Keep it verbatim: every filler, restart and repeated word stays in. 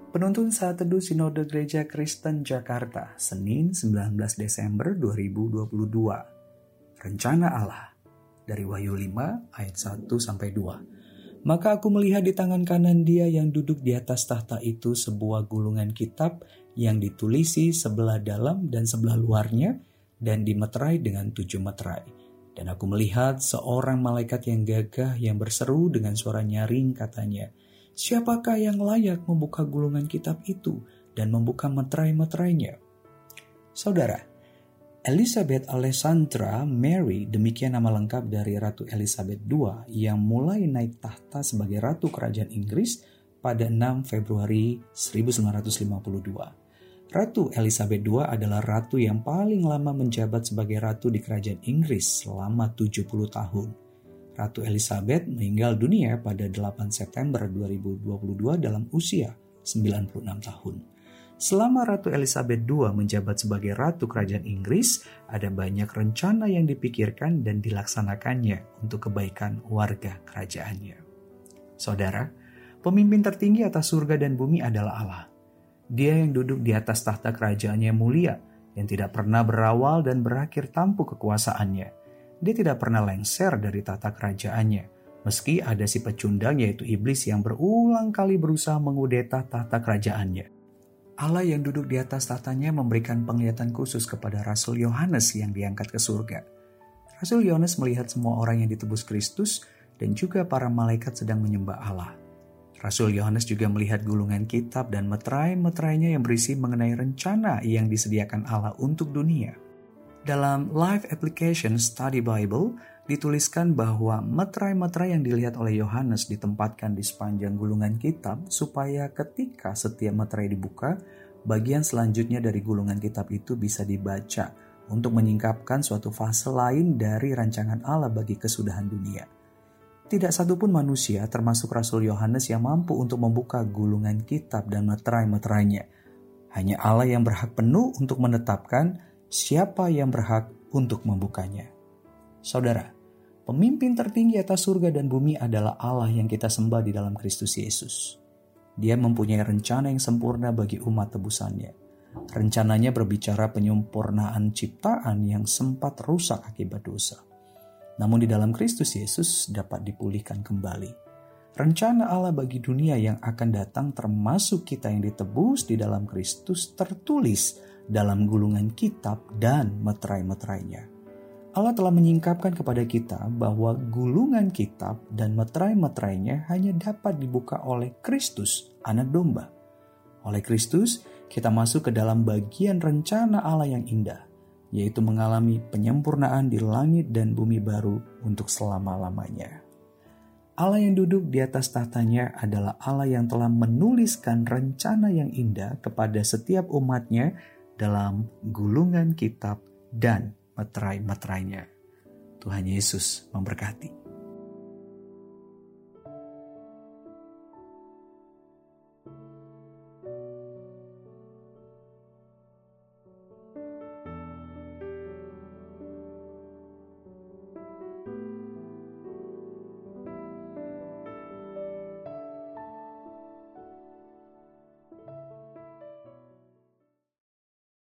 Penuntun Saat Teduh Sinode Gereja Kristen Jakarta, Senin sembilan belas Desember dua ribu dua puluh dua. Rencana Allah, dari Wahyu lima ayat satu sampai dua. Maka aku melihat di tangan kanan Dia yang duduk di atas tahta itu sebuah gulungan kitab yang ditulisi sebelah dalam dan sebelah luarnya dan dimeterai dengan tujuh meterai. Dan aku melihat seorang malaikat yang gagah yang berseru dengan suara nyaring katanya, "Siapakah yang layak membuka gulungan kitab itu dan membuka meterai-meterainya?" Saudara, Elizabeth Alessandra Mary, demikian nama lengkap dari Ratu Elizabeth kedua yang mulai naik tahta sebagai Ratu Kerajaan Inggris pada enam Februari seribu sembilan ratus lima puluh dua. Ratu Elizabeth kedua adalah ratu yang paling lama menjabat sebagai ratu di Kerajaan Inggris selama tujuh puluh tahun. Ratu Elizabeth meninggal dunia pada delapan September dua ribu dua puluh dua dalam usia sembilan puluh enam tahun. Selama Ratu Elizabeth kedua menjabat sebagai Ratu Kerajaan Inggris, ada banyak rencana yang dipikirkan dan dilaksanakannya untuk kebaikan warga kerajaannya. Saudara, pemimpin tertinggi atas surga dan bumi adalah Allah. Dia yang duduk di atas tahta kerajaannya mulia, yang tidak pernah berawal dan berakhir tampuk kekuasaannya. Dia tidak pernah lengser dari tata kerajaannya, meski ada si pecundang yaitu iblis yang berulang kali berusaha mengudeta tahta kerajaannya. Allah yang duduk di atas tahtanya memberikan penglihatan khusus kepada Rasul Yohanes yang diangkat ke surga. Rasul Yohanes melihat semua orang yang ditebus Kristus dan juga para malaikat sedang menyembah Allah. Rasul Yohanes juga melihat gulungan kitab dan meterai-meterainya yang berisi mengenai rencana yang disediakan Allah untuk dunia. Dalam Live Application Study Bible, dituliskan bahwa meterai-meterai yang dilihat oleh Yohanes ditempatkan di sepanjang gulungan kitab supaya ketika setiap meterai dibuka, bagian selanjutnya dari gulungan kitab itu bisa dibaca untuk menyingkapkan suatu fase lain dari rancangan Allah bagi kesudahan dunia. Tidak satupun manusia termasuk Rasul Yohanes yang mampu untuk membuka gulungan kitab dan meterai-meterainya. Hanya Allah yang berhak penuh untuk menetapkan siapa yang berhak untuk membukanya. Saudara, pemimpin tertinggi atas surga dan bumi adalah Allah yang kita sembah di dalam Kristus Yesus. Dia mempunyai rencana yang sempurna bagi umat tebusannya. Rencananya berbicara penyempurnaan ciptaan yang sempat rusak akibat dosa. Namun di dalam Kristus Yesus dapat dipulihkan kembali. Rencana Allah bagi dunia yang akan datang termasuk kita yang ditebus di dalam Kristus tertulis dalam gulungan kitab dan meterai-meterainya. Allah telah menyingkapkan kepada kita bahwa gulungan kitab dan meterai-meterainya hanya dapat dibuka oleh Kristus, Anak Domba. Oleh Kristus, kita masuk ke dalam bagian rencana Allah yang indah, yaitu mengalami penyempurnaan di langit dan bumi baru untuk selama-lamanya. Allah yang duduk di atas tahtanya adalah Allah yang telah menuliskan rencana yang indah kepada setiap umatnya dalam gulungan kitab dan meterai-meterainya. Tuhan Yesus memberkati.